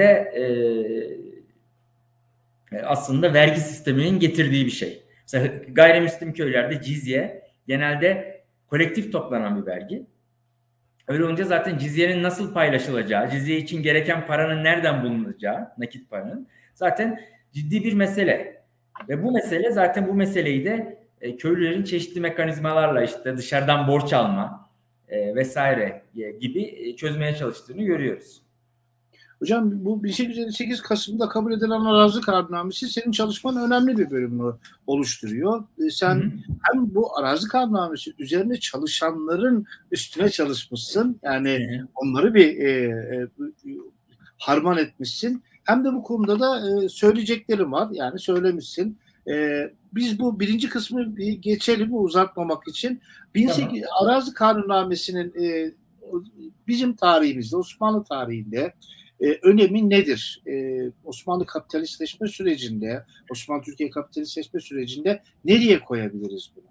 e, aslında vergi sisteminin getirdiği bir şey. Mesela gayrimüslim köylerde cizye genelde kolektif toplanan bir vergi. Öyle olunca zaten cizyenin nasıl paylaşılacağı, cizye için gereken paranın nereden bulunacağı, nakit paranın zaten ciddi bir mesele. Ve bu mesele zaten bu meseleyi de e, köylülerin çeşitli mekanizmalarla, işte dışarıdan borç alma e, vesaire e, gibi e, çözmeye çalıştığını görüyoruz. Hocam bu bin sekiz yüz elli sekiz Kasım'da kabul edilen arazi kararnamesi senin çalışmanın önemli bir bölümünü oluşturuyor. Sen hı hı. hem bu arazi kararnamesi üzerine çalışanların üstüne çalışmışsın. Yani hı hı. onları bir e, e, harman etmişsin. Hem de bu konuda da e, söyleyeceklerim var. Yani söylemişsin. E, biz bu birinci kısmı bir geçelim uzatmamak için. bin sekiz yüz tamam. Arazi kararnamesinin e, bizim tarihimizde, Osmanlı tarihinde e, önemi nedir? E, Osmanlı kapitalistleşme sürecinde, Osmanlı Türkiye kapitalistleşme sürecinde nereye koyabiliriz bunu?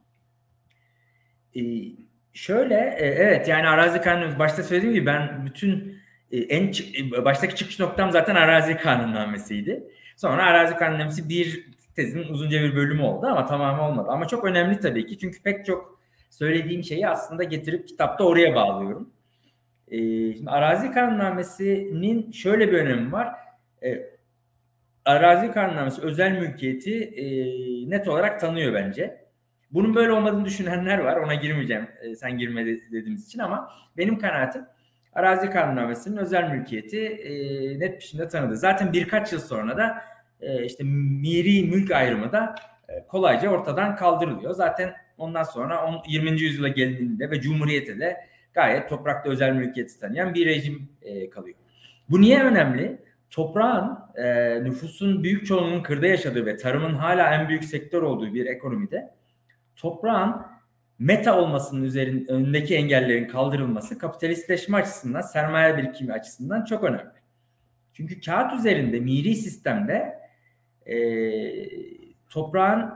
Ee, şöyle, e, evet yani arazi kanunu, başta söylediğim gibi ben bütün e, en e, baştaki çıkış noktam zaten arazi kanunnamesiydi. Sonra arazi kanunnamesi bir tezin uzunca bir bölümü oldu ama tamamı olmadı. Ama çok önemli tabii ki, çünkü pek çok söylediğim şeyi aslında getirip kitapta oraya bağlıyorum. Ee, şimdi arazi kanunnamesinin şöyle bir önemi var. Ee, arazi kanunnamesi özel mülkiyeti e, net olarak tanıyor bence. Bunun böyle olmadığını düşünenler var. Ona girmeyeceğim e, sen girme dediğimiz için, ama benim kanaatim arazi kanunnamesinin özel mülkiyeti e, net biçimde tanıdı. Zaten birkaç yıl sonra da e, işte miri mülk ayrımı da e, kolayca ortadan kaldırılıyor. Zaten ondan sonra yirminci yüzyıla geldiğinde ve Cumhuriyet'e de gayet toprakta özel mülkiyeti tanıyan bir rejim e, kalıyor. Bu niye önemli? Toprağın, e, nüfusun büyük çoğunluğunun kırda yaşadığı ve tarımın hala en büyük sektör olduğu bir ekonomide toprağın meta olmasının üzerinde, önündeki engellerin kaldırılması kapitalistleşme açısından, sermaye birikimi açısından çok önemli. Çünkü kağıt üzerinde, miri sistemde e, toprağın,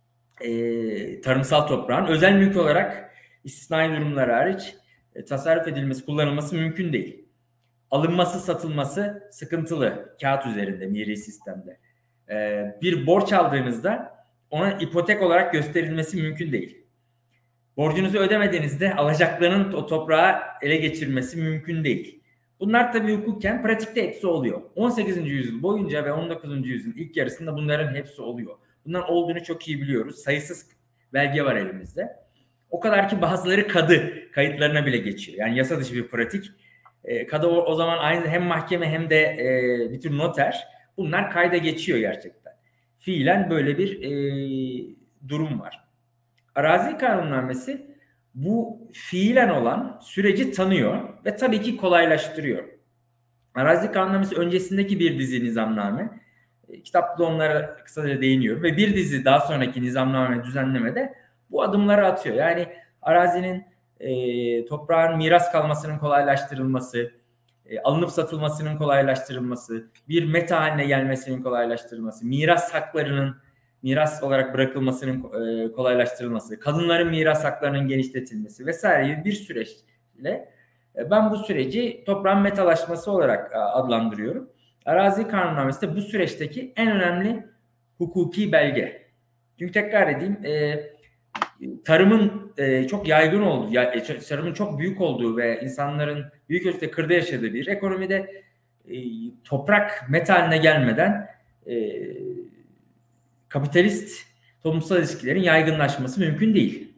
e, tarımsal toprağın özel mülk olarak istisnai durumlar hariç e, tasarruf edilmesi, kullanılması mümkün değil. Alınması, satılması sıkıntılı kağıt üzerinde, miri sistemde. Ee, bir borç aldığınızda ona ipotek olarak gösterilmesi mümkün değil. Borcunuzu ödemediğinizde alacaklarının o toprağı ele geçirmesi mümkün değil. Bunlar tabii hukuken, pratikte hepsi oluyor. on sekizinci yüzyıl boyunca ve on dokuzuncu yüzyılın ilk yarısında bunların hepsi oluyor. Bunların olduğunu çok iyi biliyoruz. Sayısız belge var elimizde. O kadar ki bazıları kadı kayıtlarına bile geçiyor. Yani yasa dışı bir pratik. E, kadı o, o zaman aynı hem mahkeme hem de e, bir tür noter, bunlar kayda geçiyor gerçekten. Fiilen böyle bir e, durum var. Arazi kanunnamesi bu fiilen olan süreci tanıyor ve tabii ki kolaylaştırıyor. Arazi kanunnamesi öncesindeki bir dizi nizamname. E, kitapta onlara kısaca değiniyor ve bir dizi daha sonraki nizamname düzenlemede bu adımları atıyor. Yani arazinin, E, toprağın miras kalmasının kolaylaştırılması, e, alınıp satılmasının kolaylaştırılması, bir meta haline gelmesinin kolaylaştırılması, miras haklarının miras olarak bırakılmasının e, kolaylaştırılması, kadınların miras haklarının genişletilmesi vesaire gibi bir süreçle e, ben bu süreci toprağın metalaşması olarak e, adlandırıyorum. Arazi kanunnamesi de bu süreçteki en önemli hukuki belge. Çünkü tekrar edeyim, e, tarımın e, çok yaygın olduğu, ya, tarımın çok büyük olduğu ve insanların büyük ölçüde kırda yaşadığı bir ekonomide e, toprak metaline gelmeden e, kapitalist toplumsal ilişkilerin yaygınlaşması mümkün değil.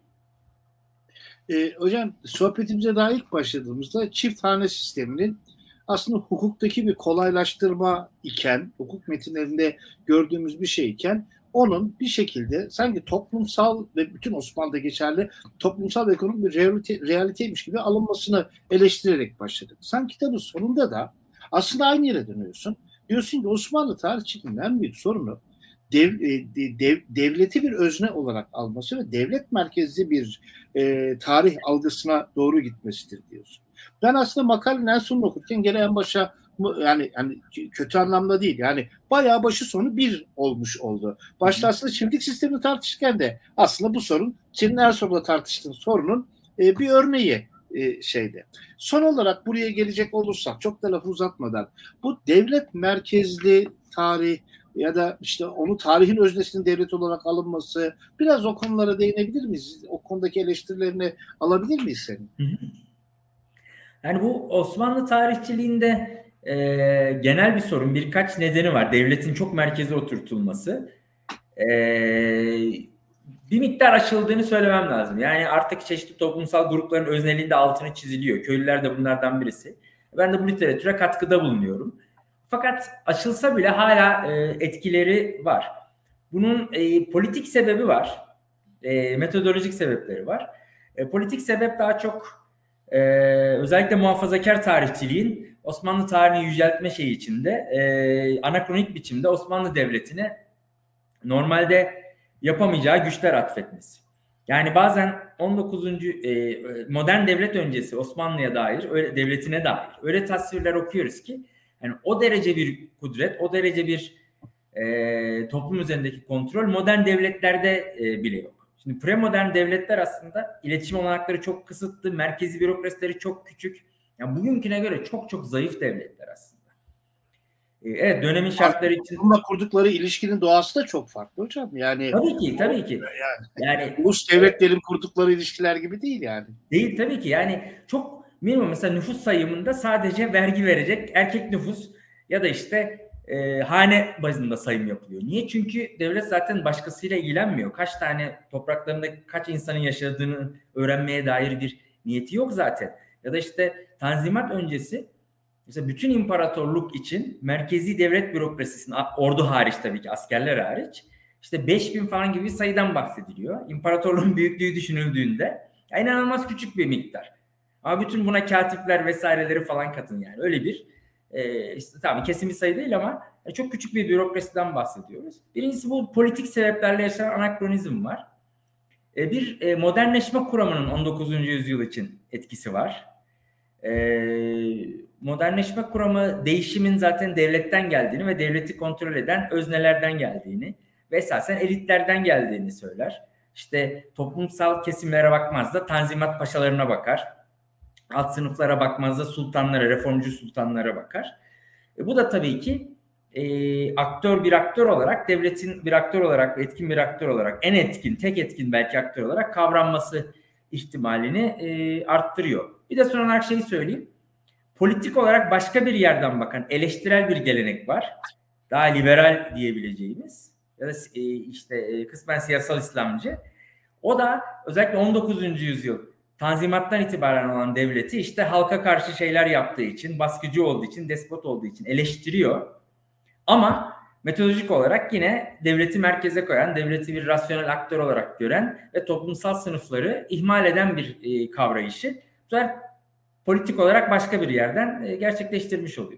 E, hocam, sohbetimize daha ilk başladığımızda çift hane sisteminin aslında hukuktaki bir kolaylaştırma iken, hukuk metinlerinde gördüğümüz bir şey iken, onun bir şekilde sanki toplumsal ve bütün Osmanlı'da geçerli toplumsal ve ekonomik bir realite, realiteymiş gibi alınmasını eleştirerek başladık. Sen kitabın sonunda da aslında aynı yere dönüyorsun. Diyorsun ki Osmanlı tarihçiliğinin en büyük sorunu dev, dev, devleti bir özne olarak alması ve devlet merkezli bir e, tarih algısına doğru gitmesidir diyorsun. Ben aslında makalenin en sonunu okurken gene en başa, yani, yani kötü anlamda değil, yani bayağı başı sonu bir olmuş oldu. Başta aslında çiftlik sistemini tartışırken de aslında bu sorun senin en sonunda tartıştığın sorunun e, bir örneği e, şeyde. Son olarak buraya gelecek olursak, çok da lafı uzatmadan, bu devlet merkezli tarih ya da işte onu tarihin öznesinin devlet olarak alınması, biraz o konulara değinebilir miyiz? O konudaki eleştirilerini alabilir miyiz senin? Yani bu Osmanlı tarihçiliğinde e, genel bir sorun, birkaç nedeni var. Devletin çok merkeze oturtulması. E, bir miktar aşıldığını söylemem lazım. Yani artık çeşitli toplumsal grupların özneliğinde altını çiziliyor. Köylüler de bunlardan birisi. Ben de bu literatüre katkıda bulunuyorum. Fakat aşılsa bile hala e, etkileri var. Bunun e, politik sebebi var. E, metodolojik sebepleri var. E, politik sebep daha çok e, özellikle muhafazakar tarihçiliğin Osmanlı tarihini yüceltme şeyi içinde e, anakronik biçimde Osmanlı Devleti'ne normalde yapamayacağı güçler atfetmesi. Yani bazen on dokuzuncu E, modern devlet öncesi Osmanlı'ya dair, öyle, devletine dair öyle tasvirler okuyoruz ki Yani o derece bir kudret, o derece bir e, toplum üzerindeki kontrol modern devletlerde e, bile yok. Şimdi premodern devletler aslında iletişim olanakları çok kısıtlı, merkezi bürokrasileri çok küçük. Yani bugünküne göre çok çok zayıf devletler aslında. E, evet, dönemin şartları için. Bununla kurdukları ilişkinin doğası da çok farklı hocam. Yani tabii ki, tabii ki. Yani, yani ulus devletlerin kurdukları ilişkiler gibi değil yani. Değil tabii ki. Yani çok minimum, mesela nüfus sayımında sadece vergi verecek erkek nüfus ya da işte e, hane bazında sayım yapılıyor. Niye? Çünkü devlet zaten başkasıyla ilgilenmiyor. Kaç tane topraklarında kaç insanın yaşadığını öğrenmeye dair bir niyeti yok zaten. Ya da işte Tanzimat öncesi mesela bütün imparatorluk için merkezi devlet bürokrasisinin, ordu hariç tabii ki, askerler hariç, işte beş bin falan gibi bir sayıdan bahsediliyor. İmparatorluğun büyüklüğü düşünüldüğünde ya inanılmaz küçük bir miktar. Ama bütün buna katipler vesaireleri falan katın yani. Öyle bir e, işte tamam kesin bir sayı değil ama çok küçük bir bürokrasiden bahsediyoruz. Birincisi, bu politik sebeplerle yaşanan anakronizm var. E, bir e, modernleşme kuramının on dokuzuncu yüzyıl için etkisi var. E, modernleşme kuramı değişimin zaten devletten geldiğini ve devleti kontrol eden öznelerden geldiğini ve esasen elitlerden geldiğini söyler. İşte toplumsal kesimlere bakmaz da Tanzimat paşalarına bakar. Alt sınıflara bakmaz da sultanlara, reformcu sultanlara bakar. E, bu da tabii ki e, aktör bir aktör olarak, devletin bir aktör olarak, etkin bir aktör olarak, en etkin, tek etkin belki aktör olarak kavranması ihtimalini e, arttırıyor. Bir de son olarak şeyi söyleyeyim. Politik olarak başka bir yerden bakan eleştirel bir gelenek var. Daha liberal diyebileceğimiz ya da e, işte e, kısmen siyasal İslamcı. O da özellikle on dokuzuncu yüzyıl Tanzimat'tan itibaren olan devleti işte halka karşı şeyler yaptığı için, baskıcı olduğu için, despot olduğu için eleştiriyor. Ama metodolojik olarak yine devleti merkeze koyan, devleti bir rasyonel aktör olarak gören ve toplumsal sınıfları ihmal eden bir e, kavrayışı bu sefer politik olarak başka bir yerden e, gerçekleştirmiş oluyor.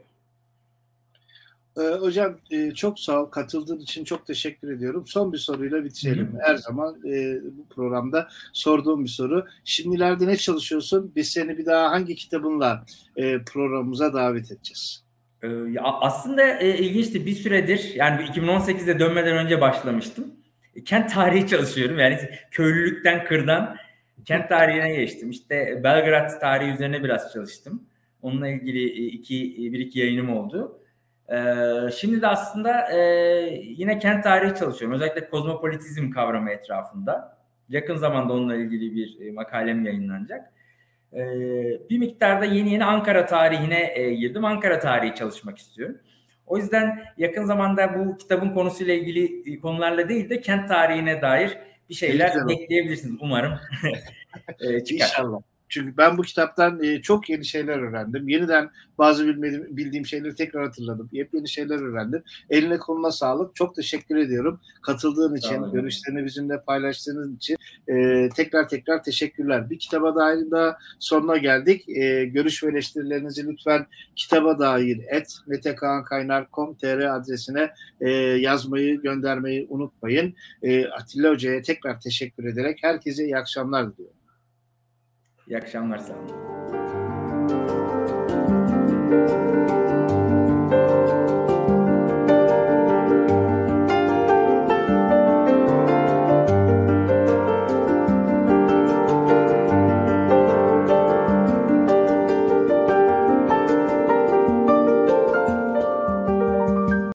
Ee, hocam e, çok sağ ol. Katıldığın için çok teşekkür ediyorum. Son bir soruyla bitirelim. Hı-hı. Her zaman e, bu programda sorduğum bir soru. Şimdilerde ne çalışıyorsun? Biz seni bir daha hangi kitabınla e, programımıza davet edeceğiz? Ee, aslında e, ilginçti. Bir süredir, yani iki bin on sekizde dönmeden önce başlamıştım. E, kent tarihi çalışıyorum. Yani köylülükten, kırdan kent tarihine geçtim. İşte Belgrad tarihi üzerine biraz çalıştım. Onunla ilgili iki, bir iki yayınım oldu. Ee, şimdi de aslında e, yine kent tarihi çalışıyorum. Özellikle kozmopolitizm kavramı etrafında. Yakın zamanda onunla ilgili bir e, makalem yayınlanacak. Ee, bir miktarda yeni yeni Ankara tarihine e, girdim. Ankara tarihi çalışmak istiyorum. O yüzden yakın zamanda bu kitabın konusuyla ilgili e, konularla değil de kent tarihine dair bir şeyler bekleyebilirsiniz. Umarım e, çıkar. İnşallah. Çünkü ben bu kitaptan e, çok yeni şeyler öğrendim. Yeniden bazı bilmediğim, bildiğim şeyleri tekrar hatırladım. Yepyeni şeyler öğrendim. Eline koluna sağlık. Çok teşekkür ediyorum. Katıldığın için, görüşlerini bizimle paylaştığınız için e, tekrar tekrar teşekkürler. Bir kitaba dair daha sonuna geldik. E, görüş ve eleştirilerinizi lütfen kitaba dair et metekankaynar nokta com nokta tr adresine e, yazmayı, göndermeyi unutmayın. E, Atilla Hoca'ya tekrar teşekkür ederek herkese iyi akşamlar diliyorum. İyi akşamlar, sağ olun.